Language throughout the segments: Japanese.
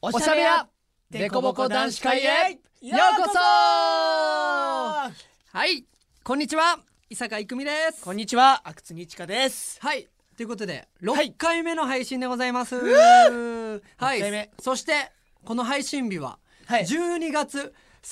おしゃべやデコボコ男子会へようこそ。はい、こんにちは、伊坂郁美です。 こんにちは、阿久津にちかです。 はい、ということで6回目の配信でございます。はい、 回目。 そしてこの配信日は12月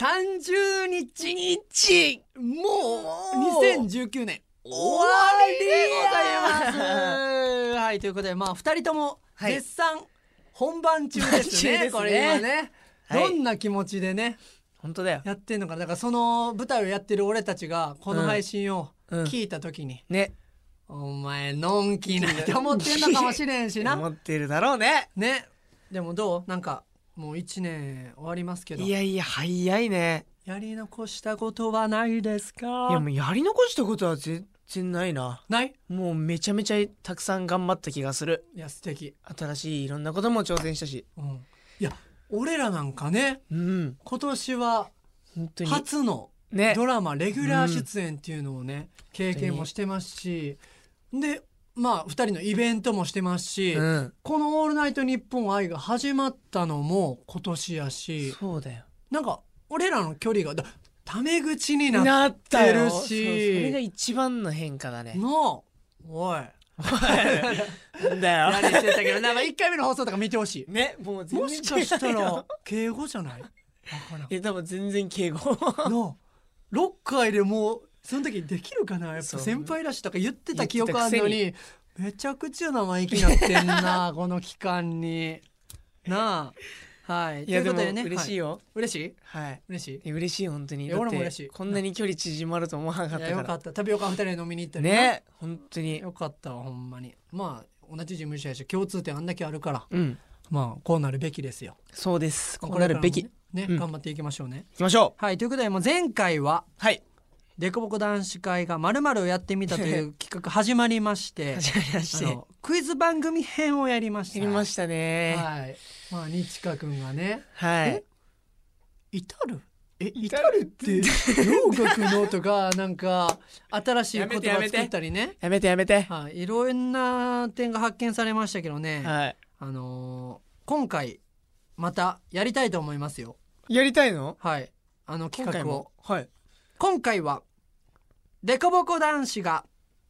30日、もう2019年終わりでございます。はい、ということで2人とも絶賛本番中ですね。これ今ね、どんな気持ちでね、 本当だよ、 やってんのかな。だからその舞台をやってる俺たちがこの配信を聞いた時に、 ね、 お前のんきなって思ってんのかもしれんしな。 思ってるだろうね。 ね、でもどう、なんかもう1年終わりますけど、 いやいや早いね。 やり残したことはないですか？ いやもうやり残したことは全然ないな。 ない？ もうめちゃめちゃたくさん頑張った気がする。 いや素敵。 新しいいろんなことも挑戦したし、 いや俺らなんかね、 今年は本当に初のねドラマレギュラー出演っていうのをね、経験もしてますし、で2人のイベントもしてますし、このオールナイトニッポン愛が始まったのも今年やし、 そうだよ、 なんか俺らの距離がタメ口になってるし、 それが一番の変化だね。 のおいなんだよやりしてたけどな、1回目の放送とか見てほしいね。もうもしかしたら敬語じゃない？ 多分全然敬語の6回でもうその時できるかな、やっぱ先輩らしとか言ってた記憶あるのに、めちゃくちゃ生意気になってんなこの期間になあ。はい、 いやということでね、 でも嬉しいよ、 嬉しい？ はい、 嬉しい？ 嬉しい本当に。 俺も嬉しい。 こんなに距離縮まると思わなかったから。 よかった。タピオカ2人で飲みに行ったりね、本当によかったわ、ほんまに。同じ事務所やし共通点あんだけあるから、こうなるべきですよ。 そうです、こうなるべきね、頑張っていきましょうね。 いきましょう。はい、ということで前回はデコボコ男子会が〇〇をやってみたという企画始まりましてクイズ番組編をやりました。 やりましたね。 はい、にちかくんがね、至るって洋楽のとかなんか新しい言葉作ったりね、 やめて、 いろんな点が発見されましたけどね、今回またやりたいと思いますよ。 やりたいの？ はい、企画を。 今回はデコボコ男子が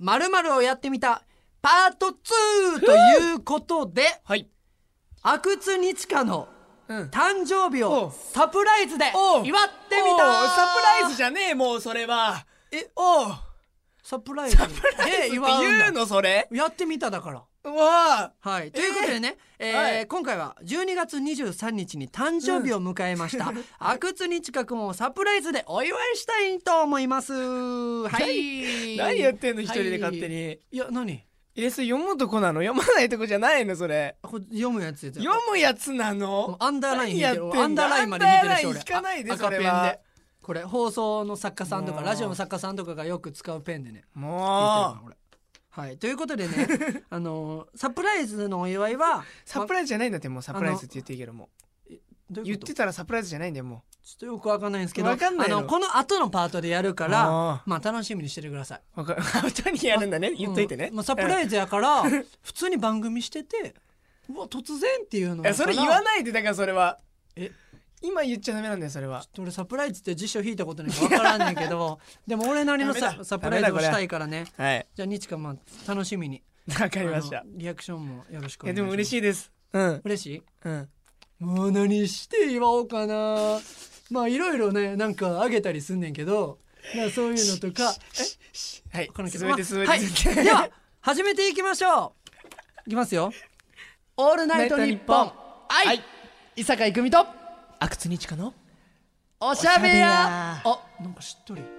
〇〇をやってみたパート2ということで、阿久津にちかの誕生日をサプライズで祝ってみた。 サプライズじゃねえ、もうそれは。 サプライズで祝うんだ。 言うのそれ？ やってみただから。 はい、 ということでね、今回は12月23日に誕生日を迎えました阿久津にちかくんをサプライズでお祝いしたいと思います。 何やってんの一人で勝手に。 いや何？ それ読むとこなの？読まないとこじゃないのそれ？ これ読むやつ。 読むやつなの？ アンダーライン引いてる。アンダーラインまで引いてるし、俺引かないでそれは。 赤ペンで。これ放送の作家さんとかラジオの作家さんとかがよく使うペンでね。 もう。 はい、ということでねサプライズのお祝いはサプライズじゃないんだって。もうサプライズって言っていいけども、言ってたらサプライズじゃないんだよ。もうちょっとよくわかんないんですけど、 この後のパートでやるから楽しみにしててください。 後にやるんだね、言っといてね。 サプライズやから普通に番組してて突然っていうのそれ言わないで。だからそれは今言っちゃダメなんだよそれは。 俺サプライズって辞書引いたことないか分からんねんけどでも俺なりのサプライズをしたいからね。じゃあにちか楽しみに。 わかりました。 リアクションもよろしくお願いします。 でも嬉しいです。 嬉しい。もう何して祝おうかな。いろいろね、なんかあげたりすんねんけど、そういうのとかはい、 では始めていきましょう。いきますよ。オールナイトニッポン愛、伊坂郁美と阿久津にちかのおしゃべや。なんかしっとり。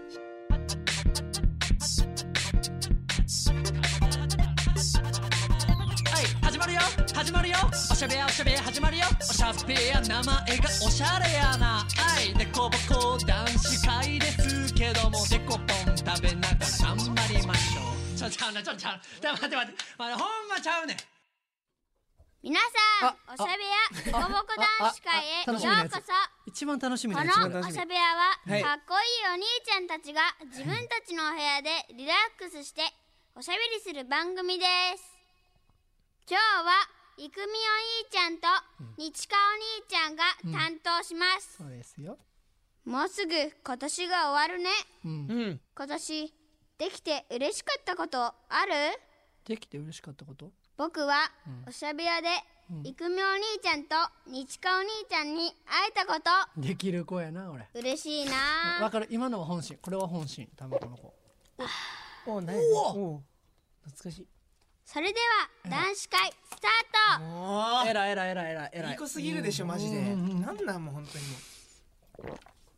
始まるよおしゃべや始まるよ。おしゃべや名前がおしゃれやな。デコボコ男子会ですけども、デコポン食べながら頑張りましょう。ちょっと待って、ほんまちゃうねん。 皆さん、おしゃべやデコボコ男子会へようこそ。 一番楽しみなこやつ。 のおしゃべやは、かっこいいお兄ちゃんたちが自分たちのお部屋でリラックスしておしゃべりする番組です。今日はイクミお兄ちゃんと日香お兄ちゃんが担当します、 そうですよ。 もうすぐ今年が終わるね。 うん今年できて嬉しかったことある？ できて嬉しかったこと？ 僕はおしゃべやでいくみお兄ちゃんと日香お兄ちゃんに会えたこと。 できる子やな俺。 嬉しいな。 わかる。今のは本心。これは本心。多分この子。 お何お懐かしい。 それでは男子会スタート。 もえらいえらいえらいえらいえらい。 いい子すぎるでしょマジで。なんなんもう本当にもう。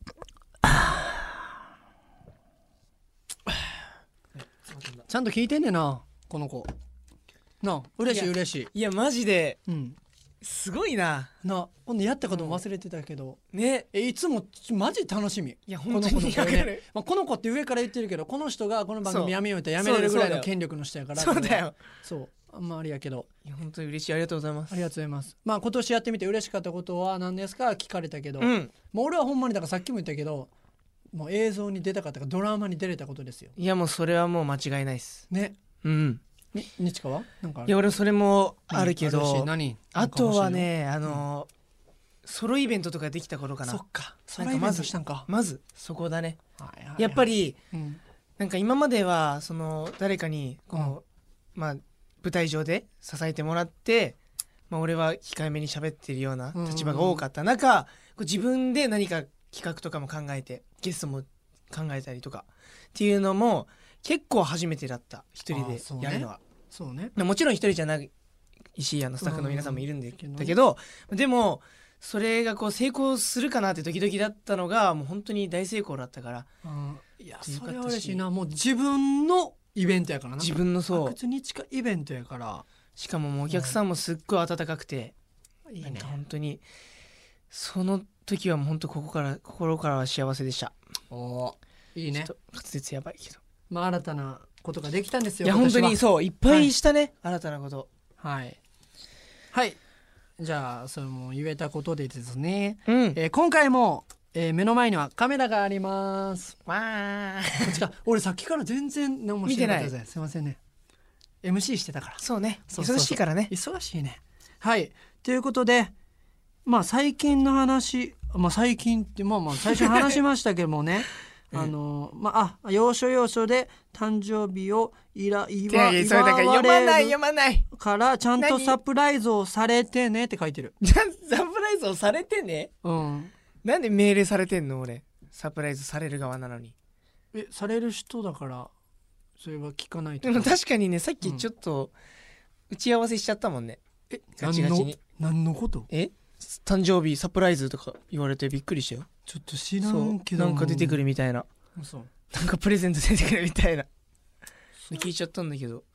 ちゃんと聞いてんねんなこの子。なあ嬉しい嬉しい。 いやマジでうん。 すごいな。 なあ今度やったことも忘れてたけど、 ね。 いつもマジ楽しみ。 いやこの本当に子の声ねわかる。 まあ、この子って上から言ってるけど、この人がこの番組やめようってやめそうれるぐらいそうだよの権力の人やから。 そうだよ。 そうあんまありやけど、 いや本当に嬉しい、ありがとうございます。 ありがとうございます。まあ今年やってみて嬉しかったことは何ですか聞かれたけど、 うん。 もう俺はほんまにだからさっきも言ったけど、もう映像に出たかったからドラマに出れたことですよいやもうそれはもう間違いないですね。 うん日香はなんかある？ いや俺それもあるけあるしど、 何あとはねソロイベントとかできた頃かな。 そっか、そなんかまずしたんか。 まずそこだね。 はいはいはいやっぱ、りうんなんか今まではその誰かにこう、まあ舞台上で支えてもらって、まあ、俺は控えめに喋ってるような立場が多かった中、こう自分で何か企画とかも考えてゲストも考えたりとかっていうのも結構初めてだった。一人でやるのは。 そうね。 もちろん一人じゃないしスタッフの皆さんもいるんだうんけど、でもそれがこう成功するかなってドキドキだったのがもう本当に大成功だったから、 いやよかったしそれは嬉しいな。もう自分のイベントやからな。 自分のそう阿久津日香イベントやから。 しかももうお客さんもすっごい温かくて、 いいねなんか。本当にその時はもう本当心からは幸せでした。 おいいねちょっ。と滑舌やばいけど、 まあ新たなことができたんですよ。 いや本当にう。 そういっぱいしたね、新たなこと。 はいはい。じゃあそれも言えたことでですね、 うん今回も、目の前にはカメラがあります。 わこっちか。俺さっきから全然何もしてなかったぜ。すいませんね。MC してたから。 そうね、 そうそうそう忙しいからね。 忙しいね。はいということで、まあ最近の話、まあ最近ってまあ最初に話しましたけどもね要所要所で誕生日を祝わいやいやそれだから読まないれる読まないからちゃんとサプライズをされてねって書いてる。 サプライズをされてね。 うんなんで命令されてんの俺、サプライズされる側なのに。 される人だからそれは聞かないと。 でも確かにね、さっきちょっと打ち合わせしちゃったもんね。ガチガチに。 何のこと？ 誕生日サプライズとか言われてびっくりしたよ。 ちょっと知らそうんけどなんか出てくるみたいな、 そうなんかプレゼント出てくるみたいな聞いちゃったんだけど。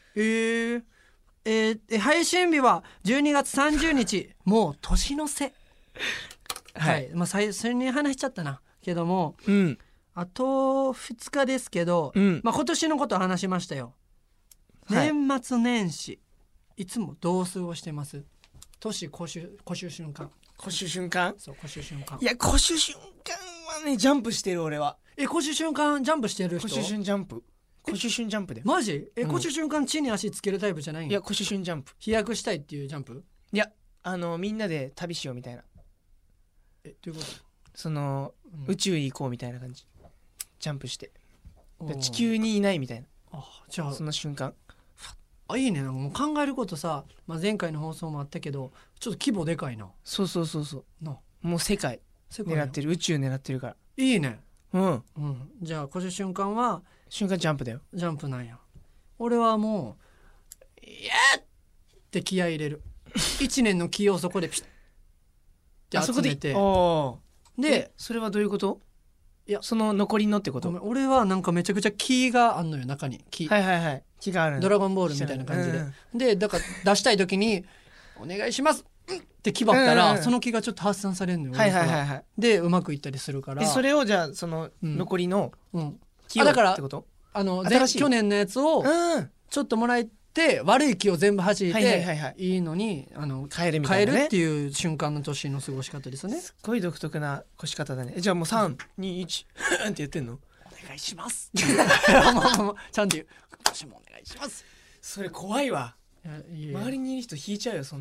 配信日は12月30日もう年の瀬。はいまあ最初に話しちゃったなけども、 うんあと2日ですけど、 うんまあ今年のことを話しましたよ。 はい年末年始いつもどう過ごしてます？年越し瞬間。 越し瞬間。 そう越し瞬間。 いや越し瞬間はねジャンプしてる俺は。 越し瞬間ジャンプしてる人？ 越し瞬ジャンプ。越し瞬ジャンプで。 マジ？ うん越し瞬間地に足つけるタイプじゃないん？ いや越し瞬ジャンプ。 飛躍したいっていうジャンプ？ いやみんなで旅しようみたいな。 どういうこと？ その、 うん宇宙行こうみたいな感じ。ジャンプしておー地球にいないみたいじゃなその瞬間。 いいね。もう考えることさ、まあ、前回の放送もあったけどちょっと規模でかいな。 そうそうそうそう。 なもう世界世界狙ってる、宇宙狙ってるから。 いいね。 うんじゃあ越し瞬間は瞬間ジャンプだよ。 ジャンプなんや。俺はもうイエーって気合い入れる。一年の気をそこでピッあそこでて集めておーでそれはどういうこと？ いやその残りのってこと？ ごめん俺はなんかめちゃくちゃ気があんのよ中に気、 はいはいはい。気があるの。 ドラゴンボールみたいな感じで、 うんでだから出したい時にお願いしますって気張ったら、 うんその気がちょっと発散されるのよ。 はいはい俺からはいはい。 でうまくいったりするから。 それをじゃあそのうん残りのうん気をだからってこと？ 前新しい去年のやつをうんちょっともらえて悪い気を全部弾いて、 はいはいはいはいいいのに変えるみたいなね変えるって。いう瞬間の年の過ごし方ですね。 すっごい独特な越し方だね。じゃあもう3、2、1って言ってんの？ お願いしますちゃんと言う。今年もお願いします。 それ怖いわ。 いや周りにいる人引いちゃうよそんなの。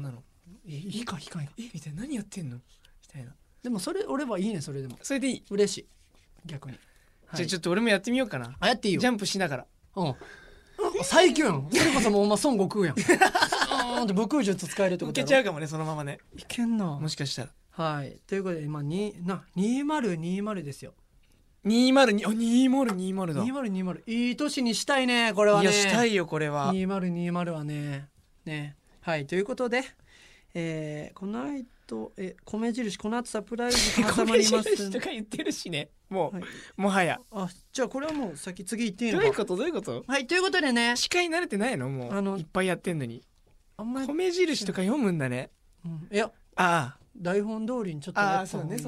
いいかみたいな、何やってんのみたいな。 でもそれ俺はいいね。それでもそれでいい。 嬉しい逆に、 じゃあちょっと俺もやってみようかな。 やっていいよ。 ジャンプしながら。 最強やん。それこそもう孫悟空やん。って武空術使えるってことやろ。 いけちゃうかもね、そのままね。 いけんな。 もしかしたら。 はい。ということで今2020ですよ。 202、2020だ。 2020いい年にしたいねこれはね。 いやしたいよこれは。 2020はね。はいということで、この後米印この後サプライズが挟まります。 米印とか言ってるしね。もう、 はい、 もはや。 じゃあこれはもう次行っていいのか。 どういうこと。 はいということでね。 司会慣れてないのもういっぱいやってんのに。 あんまり米印とか読むんだね。 いや台本通りにちょっとやったそうね。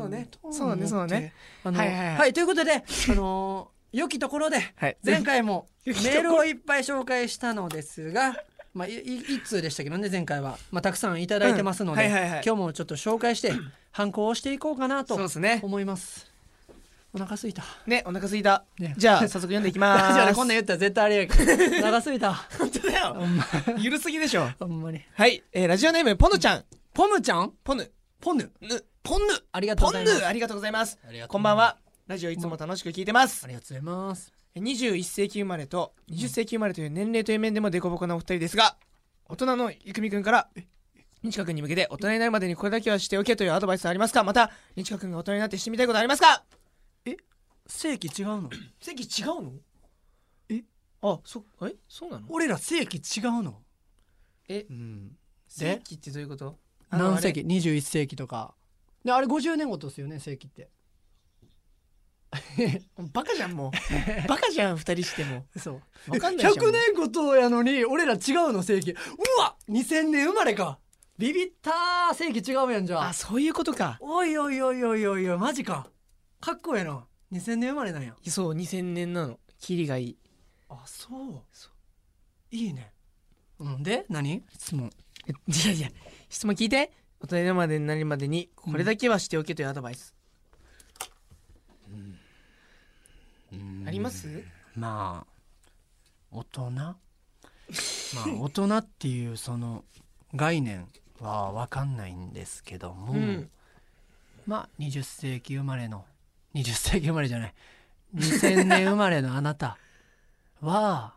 はい、ということで良きところで前回もメールをいっぱい紹介したのですが1通でしたけどね前回は、たくさんいただいてますので、今日もちょっと紹介して反抗をしていこうかなと思います。お腹すいたね。お腹すいた、じゃあ早速読んでいきます。 じゃあこんなん言ったら絶対あれやけどお腹すいた。 本当だよ。ゆるすぎでしょ。 ほんまに。 はい、ラジオネームポヌちゃん。 ポヌありがとうございます。 ありがとうございます。こんばんは。ラジオいつも楽しく聞いてます。 ありがとうございます。 21世紀生まれと20世紀生まれという年齢という面でもデコボコなお二人ですが、大人のゆくみくんから日華くんに向けて大人になるまでにこれだけはしておけというアドバイスありますか。また日華くんが大人になってしてみたいことありますか。 世紀違うの？ 世紀違うの？そうなの？ 俺ら世紀違うの？ 世紀ってどういうこと？ 何世紀？21世紀とかであれ50年ごとですよね世紀ってバカじゃんもうバカじゃん2人してもそう分かんないじゃん。 100年ごとやのに俺ら違うの世紀。うわ2000年生まれか。ビビった世紀違うやんじゃあ。 そういうことか。 おいマジか。かっこええな。2000年生まれなんや。 そう2000年なの。キリがいい。 そういいね。で何質問。 いや質問聞いて。大人までになるまでにこれだけはしておけというアドバイス、あります？ 大人っていうその概念は分かんないんですけども、20世紀生まれの20世紀生まれじゃない2000年生まれのあなたは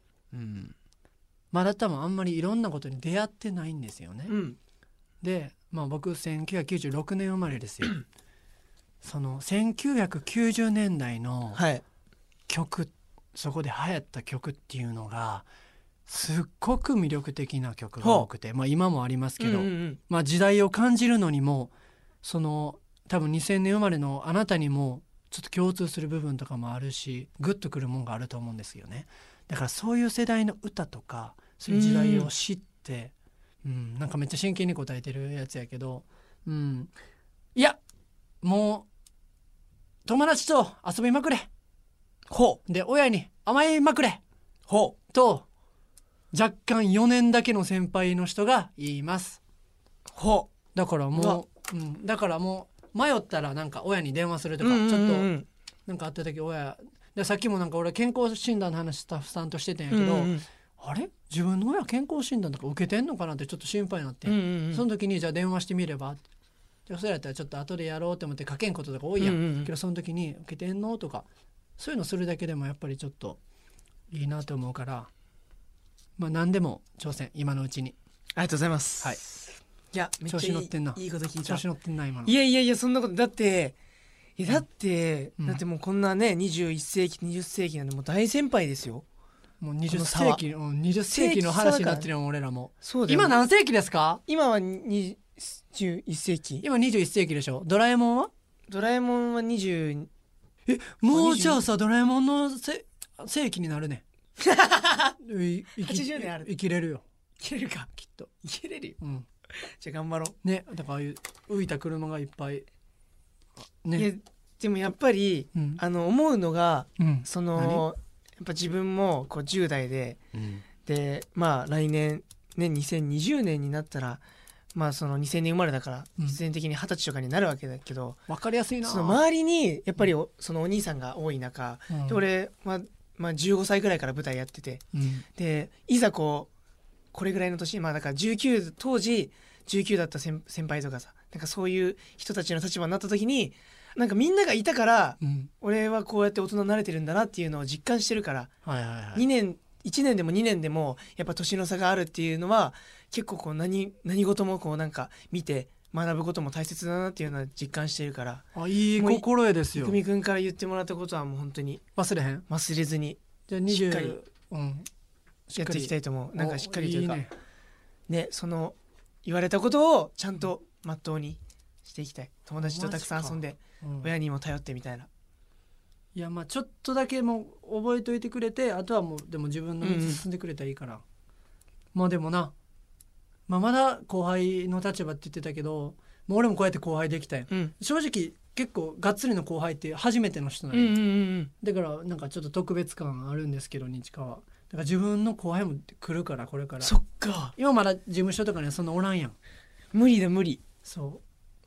まだ多分あんまりいろんなことに出会ってないんですよね。で、僕1996年生まれですよ。その1990年代の曲、そこで流行った曲っていうのがすっごく魅力的な曲が多くて、今もありますけど、時代を感じるのにもその多分2000年生まれのあなたにもちょっと共通する部分とかもあるしグッとくるもんがあると思うんですよね。だからそういう世代の歌とかそういう時代を知って、なんかめっちゃ真剣に答えてるやつやけど、いやもう友達と遊びまくれで親に甘えまくれと若干4年だけの先輩の人が言います。だからもう、迷ったらなんか親に電話するとか、ちょっとなんかあった時親で、さっきもなんか俺健康診断の話スタッフさんとしてたんやけど、あれ自分の親健康診断とか受けてんのかなってちょっと心配になって、その時にじゃあ電話してみれば、じゃあそれやったらちょっと後でやろうと思ってかけんこととか多いやん、けどその時に受けてんのとかそういうのするだけでもやっぱりちょっといいなと思うから、何でも挑戦今のうちに。 ありがとうございます。 はい、 いやめっちゃ調子乗ってんな。 いいこと聞いた。 調子乗ってんな今の。 いやそんなことだってもうこんなね21世紀20世紀なんでもう大先輩ですよ。 もう20世紀の話になってるよ俺らも。 そうだよ。 今何世紀ですか？ 今は21世紀。 今21世紀でしょ。ドラえもんは 20 もうじゃあさドラえもんの世紀になるね。 80年ある。 生きれるよ。 生きれるかきっと。 生きれるよ。じゃあ頑張ろうね。だからああいう浮いた車がいっぱいね。 いやでもやっぱり、思うのが、そのやっぱ自分もこう10代で、で来年ね2020年になったらその2000年生まれだから必然的に20歳とかになるわけだけど、 分かりやすいな。 その周りにやっぱりそのお兄さんが多い中、で俺15歳ぐらいから舞台やってて、でいざこれぐらいの年だから19当時 19だった先輩とかさ、なんかそういう人たちの立場になった時に、なんかみんながいたから、俺はこうやって大人になれてるんだなっていうのを実感してるから、2年1年でも2年でもやっぱ年の差があるっていうのは結構こう何事もこうなんか見て学ぶことも大切だなっていうのは実感してるから。 いい心得ですよ。 郁美くんから言ってもらったことはもう本当に忘れずにしっかりやっていきたいと思う。なんかしっかりというかね、その言われたことをちゃんとまっとうにしていきたい。友達とたくさん遊んで、親にも頼ってみたいな。 いや、まあちょっとだけもう覚えといてくれて、あとはもうでも自分の道進んでくれたらいいから、まあでもな、まだ後輩の立場って言ってたけど、もう俺もこうやって後輩できたよ、正直結構がっつりの後輩って初めての人なの、だからなんかちょっと特別感あるんですけど、日川はだから自分の後輩も来るから、これから。 そっか、 今まだ事務所とかにはそんなおらんやん。 無理だ無理。 そう、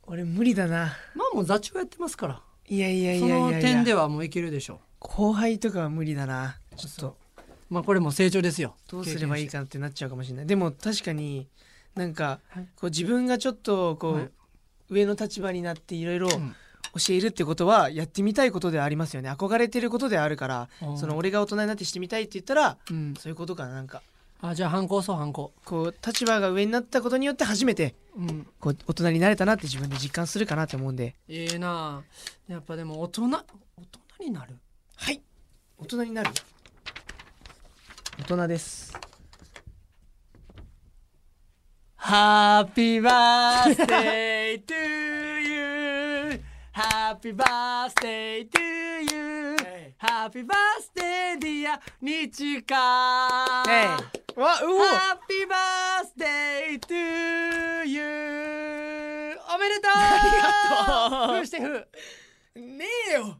俺無理だな。 まあもう座長やってますから、 いやその点ではもういけるでしょう。 後輩とかは無理だな。ちょっとまあこれも成長ですよ。 どうすればいいかってなっちゃうかもしれない。でも確かになんかこう自分がちょっとこう上の立場になっていろいろ教えるってことはやってみたいことではありますよね。憧れてることであるから、その俺が大人になってしてみたいって言ったら、そういうことかな。なんかじゃあ反抗こう立場が上になったことによって初めてこう大人になれたなって自分で実感するかなって思うんで。 いいな。やっぱでも大人になる。 はい、大人になる。大人です。 ハッピーバースデートゥーユー、ハッピーバースデートゥーユー、ハッピーバースデーディア日川、ハッピーバースデートゥーユー、おめでとう。 ありがとう。 ふしてふねえよ。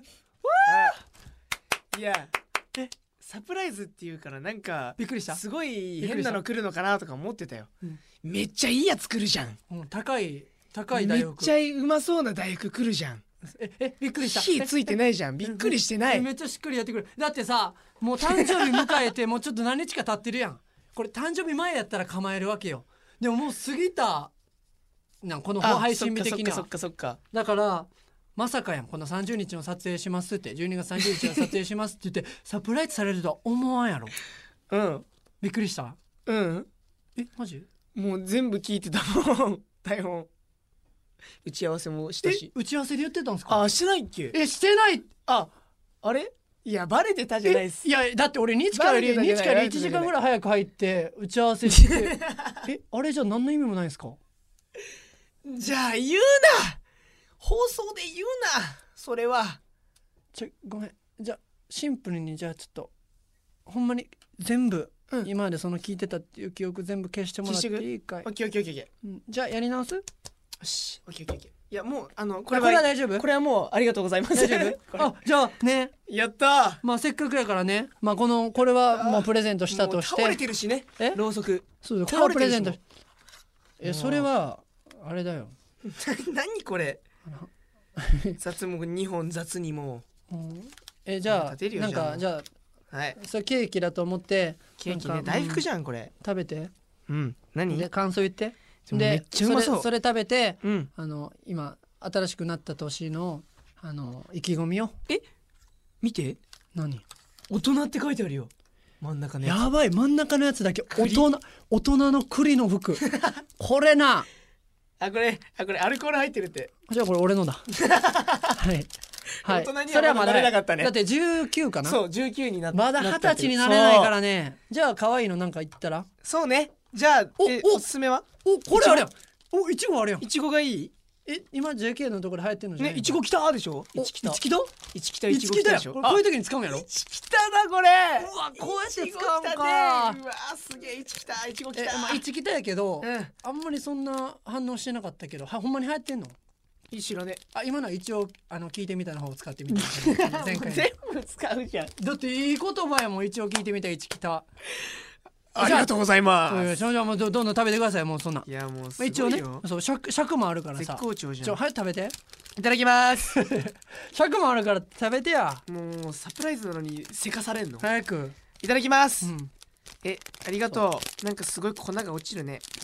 いやサプライズっていうからなんかびっくりした。 すごい変なの来るのかなとか思ってたよ、めっちゃいいやつ来るじゃん、高い大福、めっちゃうまそうな大福来るじゃん。 びっくりした。 火ついてないじゃん。びっくりしてない。 めっちゃしっくりやってくる。だってさ、もう誕生日迎えてもうちょっと何日か経ってるやん。これ誕生日前やったら構えるわけよ。でももう過ぎたこの配信日的には。 そっかだからまさかやん、この30日の撮影しますって、12月30日の撮影しますって言ってサプライズされるとは思わんやろ。びっくりした。マジ？ もう全部聞いてたもん。台本打ち合わせもしたし。 打ち合わせで言ってたんですか？ してないっけ？ してない。 あれいやバレてたじゃないっす。 いやだって俺日から1時間ぐらい早く入って打ち合わせしてあれじゃあ何の意味もないんですか？ じゃあ言うな、放送で言うな、それは。 ごめん、じゃあシンプルに、じゃあちょっとほんまに全部、今までその聞いてたっていう記憶全部消してもらっていいかい？ オッケー、 じゃあやり直す？よし、オッケー。いやもうこれは大丈夫？ これはもうありがとうございます。 大丈夫？じゃあね、 やったー。せっかくやからね、これはもうプレゼントしたとして。 倒れてるしね、ろうそく。 そうだ、これはプレゼント。それはあれだよ。 何これ。雑も2本雑にも。 じゃあなんかじゃあ、それケーキだと思って。 ケーキね、大福じゃんこれ。 食べて。 何？ で感想言って。 めっちゃうまそう。 それ食べて、今新しくなった年の意気込みを。 見て。何？大人って書いてあるよ。真ん中のやつ。 やばい、真ん中のやつだけ大人の栗の服。これな。 これアルコール入ってるって。 じゃあこれ俺のだ。はい。 大人にはまだなれなかったね。 だって19かな。 そう、19になった。 まだ20歳になれないからね。じゃあ可愛いのなんか言ったら。 そうね。じゃあおすすめは？ これあれやん。いちごあれやん。 いちごがいい？ 今 JK のところで流行ってんのじゃない？ ね、いちごきたでしょ？いちきたいちごきたでしょ？ こういう時に使うんやろ？ いちきただこれ。 うわ、こうやって使うんか。 うわすげえ、いちきた、いちごきた。 いちきたやけど、あんまりそんな反応してなかったけど、ほんまに流行ってんの？ 知らね。 今のは一応聞いてみたの方を使ってみた。 前回全部使うじゃん。 だっていい言葉やもん。一応聞いてみたいちきた。 ありがとうございます。 じゃあもうどんどん食べてください。もうそんな。 いやもうすごいよ。 一応ね、そう尺もあるからさ。 絶好調じゃん。 早く食べて。 いただきます。 尺もあるから食べてや。 もうサプライズなのにせかされんの？ 早く。 いただきます。ありがとう。なんかすごい粉が落ちるね。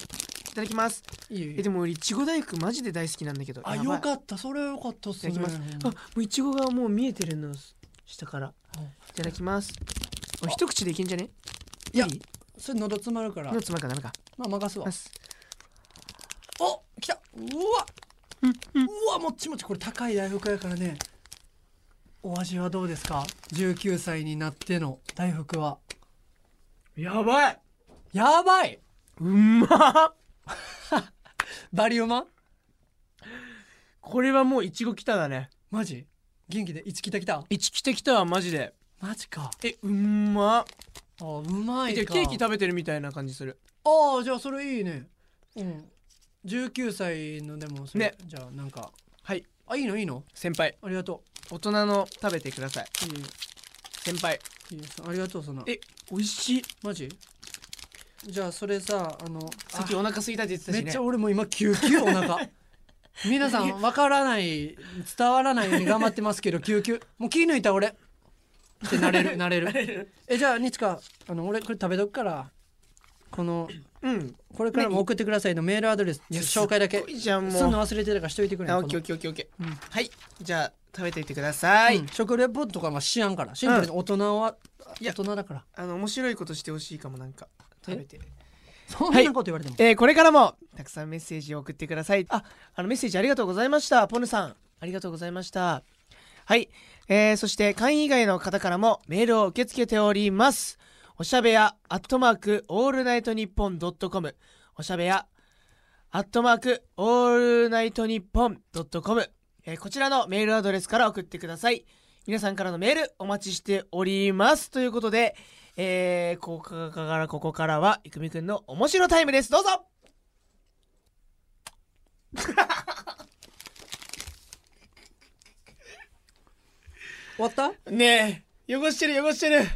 いただきます。 いいよでも俺いちご大福マジで大好きなんだけど。やばいよかった、それはよかったっすね。 いただきます。あ、もういちごがもう見えてるの下から。いただきます。一口でいけんじゃね？ いやそれ喉詰まるから。 喉詰まるかダメか。 まあ任すわ。 ます。 お、来た。うわ、うわ、もっちもち。これ高い大福やからね。お味はどうですか？19歳になっての大福は。 やばい。 やばい。 うまっ。 バリウマ？ これはもういちごきただね。 マジ？元気で1来た来た。 1来てきたわマジで。 マジか。 うまっ。 あ、うまいか。 ケーキ食べてるみたいな感じする。 ああ、じゃあそれいいね。うん。19歳のでもそれね。 じゃあなんか。 はい。 あ、いいのいいの。 先輩。 ありがと大人の食べてください。 う。いい先輩。 いいありがとうその。 美味しい。 マジ？じゃあそれさ、 さっきお腹空いたって言ってたしね。 めっちゃ俺も今救急お腹。皆さんわからない伝わらないように頑張ってますけど救急もう気抜いた俺ってなれるじゃあニチカ俺これ食べとくからこれからも送ってくださいのメールアドレス紹介だけじゃあもうすんの忘れてたからしといてくれ。 オッケーオッケーオッケーオッケー。はいじゃあ食べていってください。 食レポとかはしやんからシンプルに大人は大人だから面白いことしてほしいかもなんか食べて。 そんなこと言われても、 これからもたくさんメッセージを送ってください。メッセージありがとうございました。ポヌさんありがとうございました。はい、そして会員以外の方からもメールを受け付けております。おしゃべやオールナイトニッポン.com おしゃべやオールナイトニッポン.com、こちらのメールアドレスから送ってください。皆さんからのメールお待ちしておりますということで、ここからはいくみくんの面白タイムです。どうぞ。 終わったねえ汚してる衣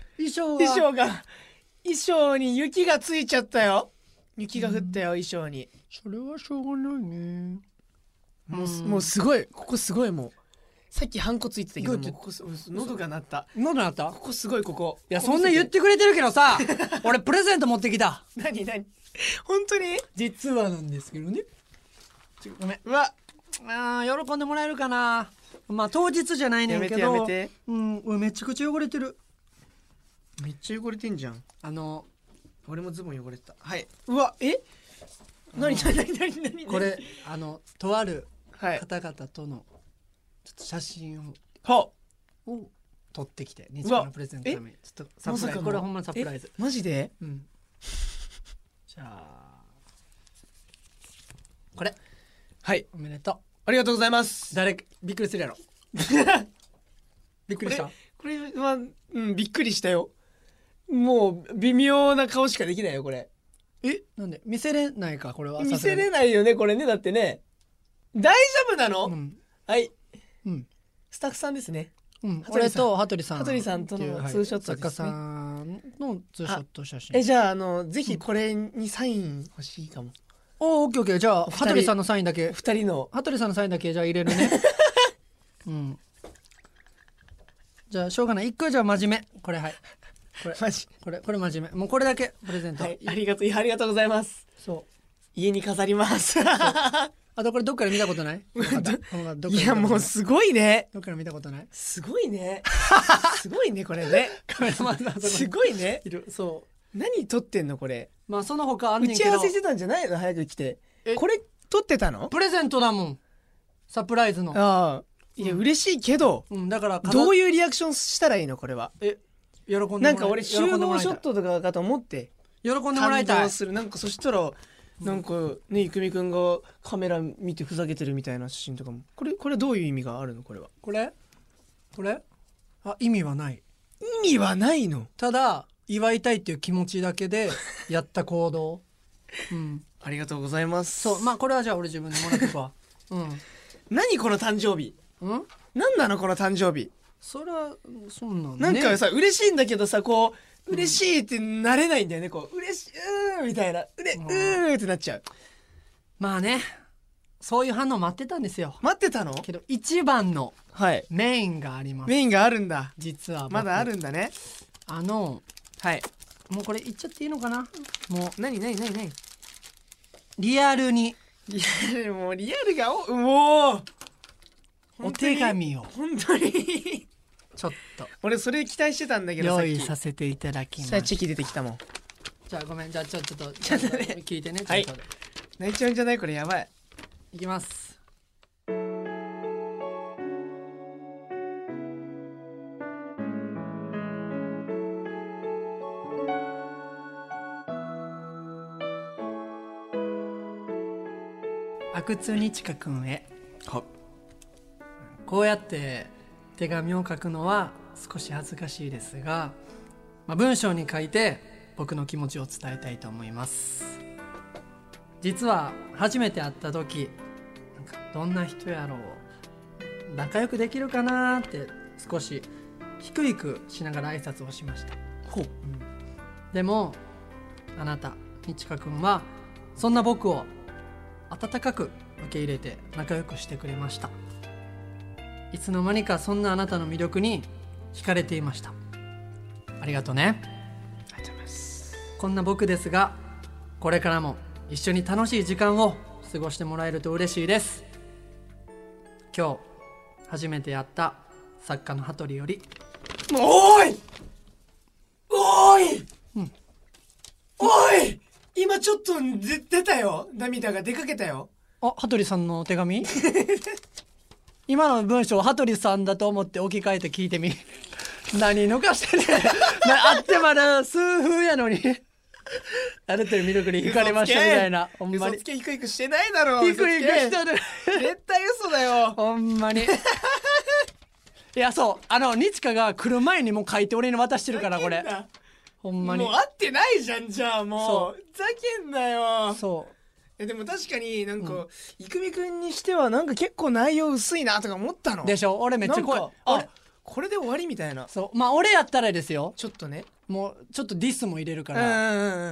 装に雪がついちゃったよ。雪が降ったよ、衣装に。 それはしょうがないね。 もうすごいここすごい。もうさっきハンコついてたけどもここ喉が鳴った。 喉鳴った。 ここすごいここ。 いやそんな言ってくれてるけどさ俺プレゼント持ってきた。 何本当に？ 実はなんですけどね。ごめん。 うわ喜んでもらえるかな。まあ当日じゃないねんけどやめてめちゃくちゃ汚れてる。 めっちゃ汚れてんじゃん。俺もズボン汚れてた。はい。うわ何これとあるはい方々とのちょっと写真を撮ってきて日曜のプレゼントのためにちょっとサプライズ。これはほんまにサプライズ。 マジで？ じゃあこれはいおめでとう。 ありがとうございます。 びっくりするやろ。びっくりした。 これはびっくりしたよ。もう微妙な顔しかできないよこれ。 なんで見せれないか。これは見せれないよねこれね。だってね。大丈夫なの？はい、スタッフさんですね。 俺と羽鳥さんとのツーショットですね。 作家さんのツーショット写真。 じゃあぜひこれにサイン欲しいかも。 オッケーオッケー。じゃあ羽鳥さんのサインだけ。 2人の羽鳥さんのサインだけじゃあ入れるね。じゃあしょうがない。1個じゃあ真面目。これはい。これ真面目。もうこれだけプレゼント。 はい、ありがとうございます。 そう家に飾ります。 あとこれどっから見たことない？ いやもうすごいね。 どっから見たことない？ すごいね。すごいねこれね。 カメラマンさんすごいね。 いる。そう。 何撮ってんのこれ？ まあその他あんねんけど。 打ち合わせしてたんじゃないの？早く来て。これ撮ってたの？ プレゼントだもん。サプライズの。 いや嬉しいけど。 だからどういうリアクションしたらいいのこれは？ 喜んでもらいたい。 なんか俺集合ショットとかかと思って喜んでもらいたい。 なんかそしたらなんかねいくみくんがカメラ見てふざけてるみたいな写真とかもこれどういう意味があるのこれは？これ意味はない。 意味はないの？ ただ祝いたいっていう気持ちだけでやった行動。 ありがとうございます。 そう、まあこれはじゃあ俺自分でもらってくわ。 何この誕生日？何なのこの誕生日？ それはそんなんね。 なんかさ嬉しいんだけどさこう嬉しいってなれないんだよね。こう嬉しいみたいなってなっちゃう。 まあねそういう反応待ってたんですよ。 待ってたの？ けど一番のメインがあります。 メインがあるんだ。 実はまだあるんだね。 はいもうこれ言っちゃっていいのかな。もう何リアルにリアルがもうお手紙を本当にちょっと俺それ期待してたんだけど、 用意させていただきました。 さっきチェキ出てきたもん。 じゃあごめん、じゃあちょっと聞いてね。ちょはいっとで泣いちゃうんじゃない？これやばい。 いきます。阿久津にちかくんへ。こうやって手紙を書くのは少し恥ずかしいですが、文章に書いて僕の気持ちを伝えたいと思います。実は初めて会った時、なんかどんな人やろう、仲良くできるかなって少し低いくしながら挨拶をしました。でもあなたにちかくんはそんな僕を温かく受け入れて仲良くしてくれました。いつの間にかそんなあなたの魅力に惹かれていました。ありがとうね。 ありがとうございます。 こんな僕ですが、これからも一緒に楽しい時間を過ごしてもらえると嬉しいです。今日初めて会った作家の羽鳥より。 おいおい、おい、今ちょっと出たよ。涙が出かけたよ。 あ、羽鳥さんの手紙今の文章を羽鳥さんだと思って置き換えて聞いてみ何抜かしてねあってまだ数分やのにある程度魅力に惹かれましたみたいな。ほんまに嘘つけ低くしてないだろ。 低いくしてる絶対嘘だよ。 ほんまにいや、そう日華が来る前にもう書いて俺に渡してるからこれほんまにもう合ってないじゃん。じゃあもうふざけんなよ。 そうでも確かになんか、郁美くんにしてはなんか結構内容薄いなとか思ったのでしょ。俺めっちゃなんかこれで終わりみたいな。 そう、俺やったらですよ、 ちょっとね、 もうちょっとディスも入れるから、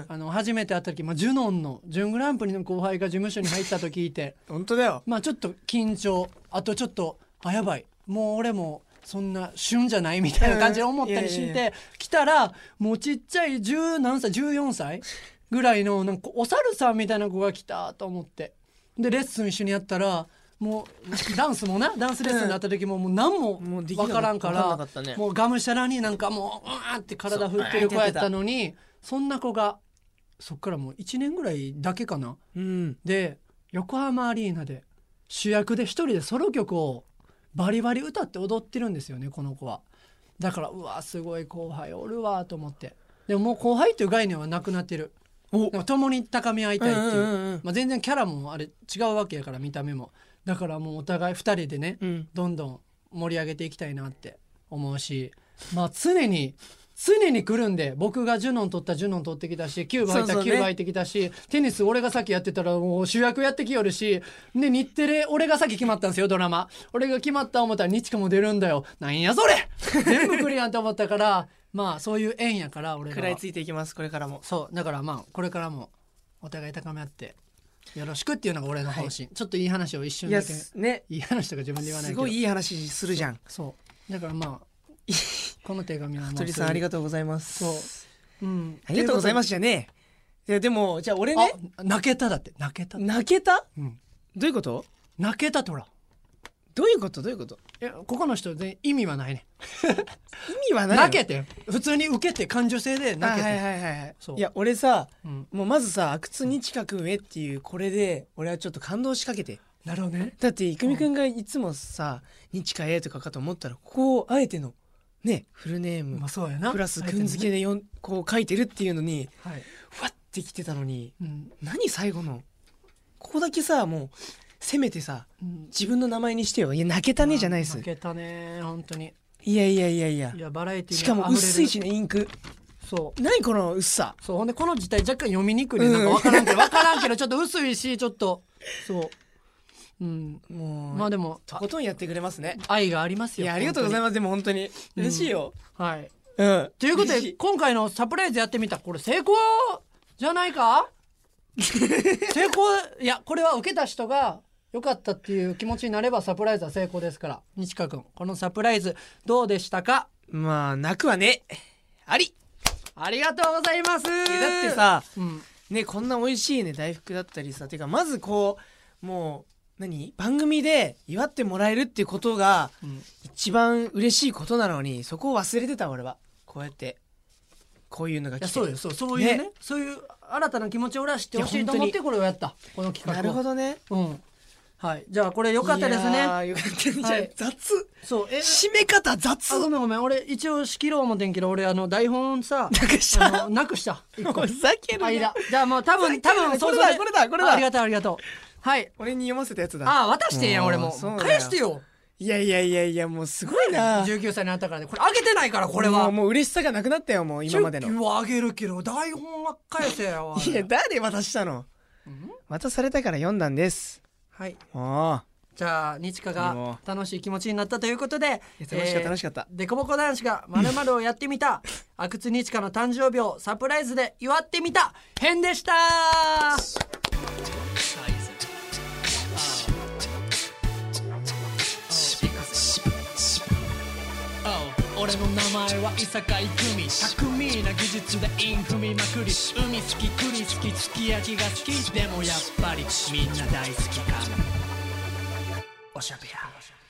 初めて会った時、ジュノンの準グランプリの後輩が事務所に入ったと聞いて本当だよ。 ちょっと緊張、あとちょっとやばい、もう俺もそんな旬じゃないみたいな感じで思ったりして来たら、もうちっちゃい10何歳14歳ぐらいのなんかお猿さんみたいな子が来たと思って、でレッスン一緒にやったら、もうダンスもなダンスレッスンになった時ももう何も分からんから、もうがむしゃらになんかもううわーって体振ってる子やったのに、そんな子がそっからもう1年ぐらいだけかな、で横浜アリーナで主役で一人でソロ曲をバリバリ歌って踊ってるんですよね、この子は。だからうわすごい後輩おるわと思って。でももう後輩っていう概念はなくなってる。共に高め合いたいっていう、全然キャラもあれ違うわけやから、見た目も。だからもうお互い2人でね、どんどん盛り上げていきたいなって思うし、常に来るんで、僕がジュノン取ったジュノン取ってきたし、キューブ入ったキューブ入ってきたし、テニス俺が先やってたらもう主役やってきよるし、で日テレ俺が先決まったんですよ、ドラマ俺が決まった思ったら日華も出るんだよ、なんやそれ全部クリアンと思ったからそういう縁やから、俺が食らいついていきます、これからも。 そうだからこれからもお互い高め合ってよろしくっていうのが俺の方針、ちょっといい話を一瞬だけね、いい話とか自分で言わないけどすごいいい話するじゃん。 そうだからこの手紙は鳥さんありがとうございます。 そう、 ありがとうございますじゃねえ。でもじゃあ俺ね、 泣けただって、泣けた、 どういうこと？ 泣けたとら、 どういうこと？ ここの人全員意味はないね意味はない。 泣けて普通に受けて感受性で泣けて、 いや俺さ、もうまずさ阿久津にちかくんへっていうこれで俺はちょっと感動しかけて。 なるほどね。 だって郁美くんがいつもさにちかへとかかと思ったら、こうあえてのねフルネームそうやなプラスくん付けでこう書いてるっていうのに、ふわってきてたのに、何最後のここだけさ、もうせめてさ、自分の名前にしてよ。いや泣けたねじゃないです。 泣けたね本当に。 いやバラエティーしかも薄いしね、インク。 そう何この薄さ。 そうほんでこの字体若干読みにくいね、なんか分からんけどちょっと薄いし、ちょっともうでもとことんやってくれますね。 愛がありますよ。 いやありがとうございます。でも本当に嬉しいよ。 ということで今回のサプライズやってみた、これ成功じゃないか成功。いやこれは受けた人が良かったっていう気持ちになればサプライズは成功ですから。日華くん、このサプライズどうでしたか？ 泣くはね、ありがとうございます。だってさ、 ねこんな美味しいね大福だったりさてかまずこうもう番組で祝ってもらえるっていうことが一番嬉しいことなのにそこを忘れてた俺はこうやってこういうのが来てそういうねそういう新たな気持ちを俺は知ってほしいと思ってこれをやったこの企画を。 なるほどね。 はい、じゃあこれ良かったですね。 よかったんじゃん、雑。 そう締め方雑。 ごめん俺一応仕切ろう思ってんけど俺台本さなくしたなくした1個ふざける間じゃあもう多分これだありがとうはい俺に読ませたやつだ。 渡してんやん俺も返してよ。 いやもうすごいな。 19歳になったからねこれあげてないからこれはもう嬉しさがなくなったよもう今までの。 チュッキはあげるけど台本は返せよ。 いや誰渡したの。渡されたから読んだんです。 はい。 おーじゃあ日華が楽しい気持ちになったということで楽しかったデコボコ男子が〇〇をやってみた阿久津日華の誕生日をサプライズで祝ってみた編でした。俺の名前は伊坂郁美巧みな技術でイン踏みまくり海好き栗好きすき焼きが好きでもやっぱりみんな大好きかおしゃべや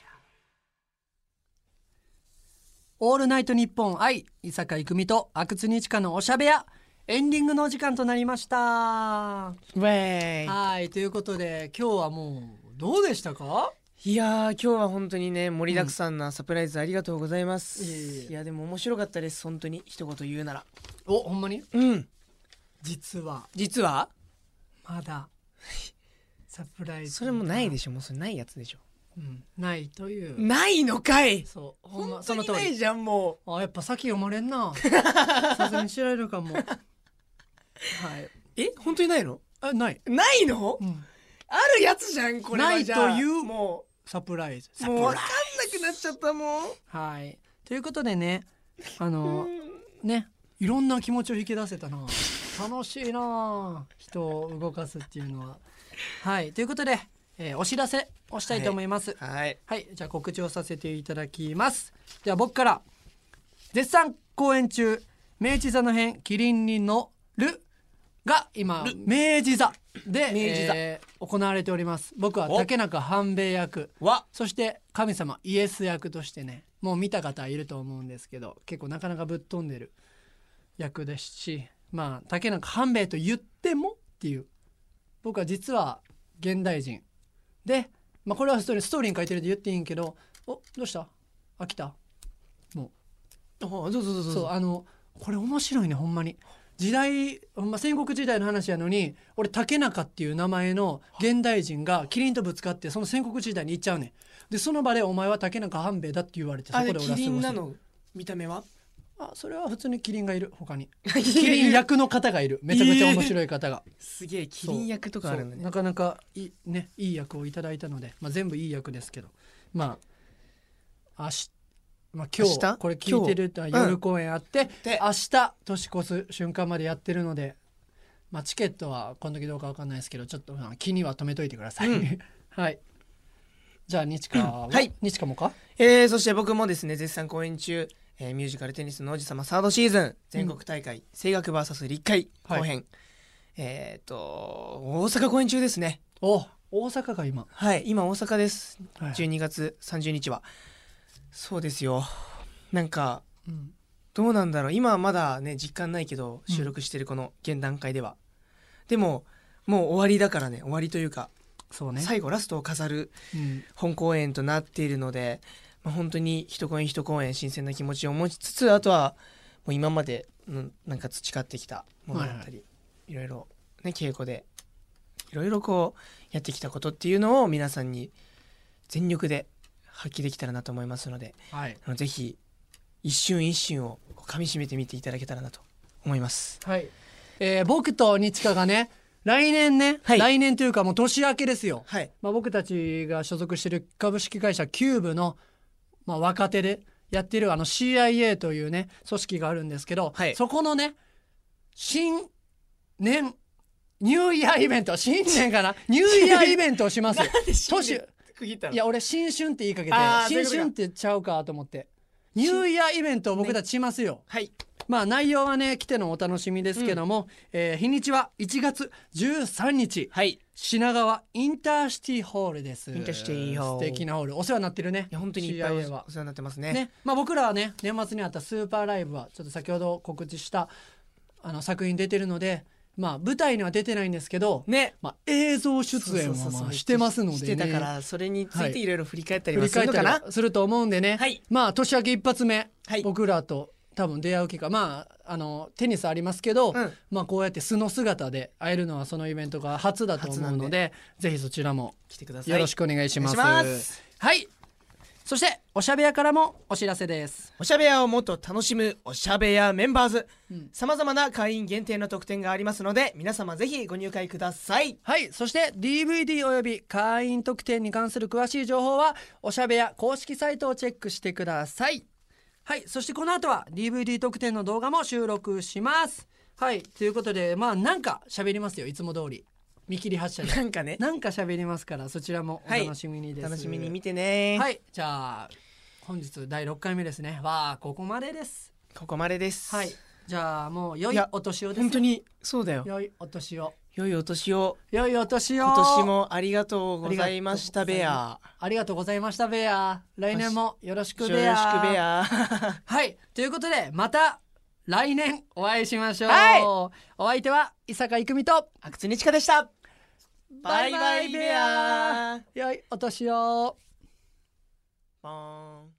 オールナイトニッポン愛伊坂郁美と阿久津日華のおしゃべやエンディングのお時間となりました。 ウェーイ。 はいということで今日はもうどうでしたか。 いやー今日は本当にね盛りだくさんなサプライズありがとうございます、いやでも面白かったです本当に一言言うなら。 ほんまに実はまだサプライズそれもないでしょもうそれないやつでしょ、 ないというないのかい。 そう本当にないじゃんもうやっぱ先読まれんなさすがに知られるかもはい本当にないの。 ないの、あるやつじゃんこれは。 ないというもうサプライズもう分かんなくなっちゃったもん。 はいということでねねいろんな気持ちを引き出せたな楽しいな人を動かすっていうのは。はいということで、お知らせをしたいと思います。はい、じゃあ告知をさせていただきます。では僕から絶賛公演中明治座の編キリンに乗るが今明治座で、行われております。僕は竹中半兵衛役そして神様イエス役としてねもう見た方いると思うんですけど結構なかなかぶっ飛んでる役ですし竹中半兵衛と言ってもっていう僕は実は現代人で、これはストーリーに書いてるって言っていいんけどどうした飽きたもうどうぞこれ面白いねほんまに時代戦国時代の話やのに俺竹中っていう名前の現代人がキリンとぶつかってその戦国時代に行っちゃうねん。でその場でお前は竹中半兵衛だって言われてそこで俺はキリンなの見た目はそれは普通にキリンがいる他にキリン役の方がいるめちゃくちゃ面白い方が、 すげえキリン役とかあるんだね。 なかなかいい役をいただいたので、全部いい役ですけど今日これ聞いてると夜公演あって、明日年越す瞬間までやってるので、チケットはこの時どうか分かんないですけどちょっと気には留めといてください、はいじゃあ日華は、日華もか、 そして僕もですね絶賛公演中、ミュージカルテニスの王子様サードシーズン全国大会、声楽 VS 立会後編、大阪公演中ですね。 大阪が今今大阪です、12月30日はそうですよ。なんか、どうなんだろう今はまだね実感ないけど収録してるこの現段階では、でももう終わりだからね終わりというかそうね最後ラストを飾る本公演となっているので、本当に一公演一公演新鮮な気持ちを持ちつつあとはもう今までなんか培ってきたものだったり、いろいろね稽古でいろいろこうやってきたことっていうのを皆さんに全力で発揮できたらなと思いますので、ぜひ一瞬一瞬を噛み締めてみていただけたらなと思います。 僕と日華がね来年ね、来年というかもう年明けですよ、僕たちが所属している株式会社キューブの、若手でやってるCIA というね組織があるんですけど、そこのね新年ニューイヤーイベント新年かなニューイヤーイベントをしますいや俺新春って言いかけて新春ってちゃうかと思ってニューイヤーイベントを僕たちしますよ。 まあ内容はね来てのお楽しみですけども、日にちは1月13日、 はい。 品川インターシティホールです。 インターシティホール、 素敵なホール、お世話になってるね。 いや本当にいっぱいお CIA は世話になってますね。 ね、まあ僕らはね年末にあったスーパーライブはちょっと先ほど告知した作品出てるので、まあ舞台には出てないんですけど、 ね、 まあ映像出演もまあしてますのでね。 してたからそれについていろいろ振り返ったりも振り返ったするのかな。 りはすると思うんでね、 はい。 まあ年明け一発目、 はい。 僕らと多分出会う機会、まあテニスありますけど、 うんまあこうやって素の姿で会えるのはそのイベントが初だと思うので、ぜひそちらも来てください。 よろしくお願いします。 お願いします。 はい。そしておしゃべやからもお知らせです。 おしゃべやをもっと楽しむおしゃべやメンバーズ、 うんさまざまな会員限定の特典がありますので、皆様ぜひご入会ください。 はい。そして DVD および会員特典に関する詳しい情報はおしゃべや公式サイトをチェックしてください。はい。そしてこの後は DVD 特典の動画も収録します。はい。ということでまあなんか喋りますよ、いつも通り見切り発車でなんかね、 なんか喋りますから、そちらもお楽しみにです。 楽しみに見てね。 はい。じゃあ本日第6回目ですね。わあここまでです。 ここまでです。 はい。じゃあもう良いお年をです。 本当にそうだよ。 良いお年を。 良いお年を。 良いお年を。 今年もありがとうございましたベア。 ありがとうございましたベア。来年もよろしくベア。 よろしくベア。 はい。ということでまた来年お会いしましょう。 はい、 お相手は伊坂郁美と阿久津にちかでした。 バイバイベア。良いお年を。 ポーン。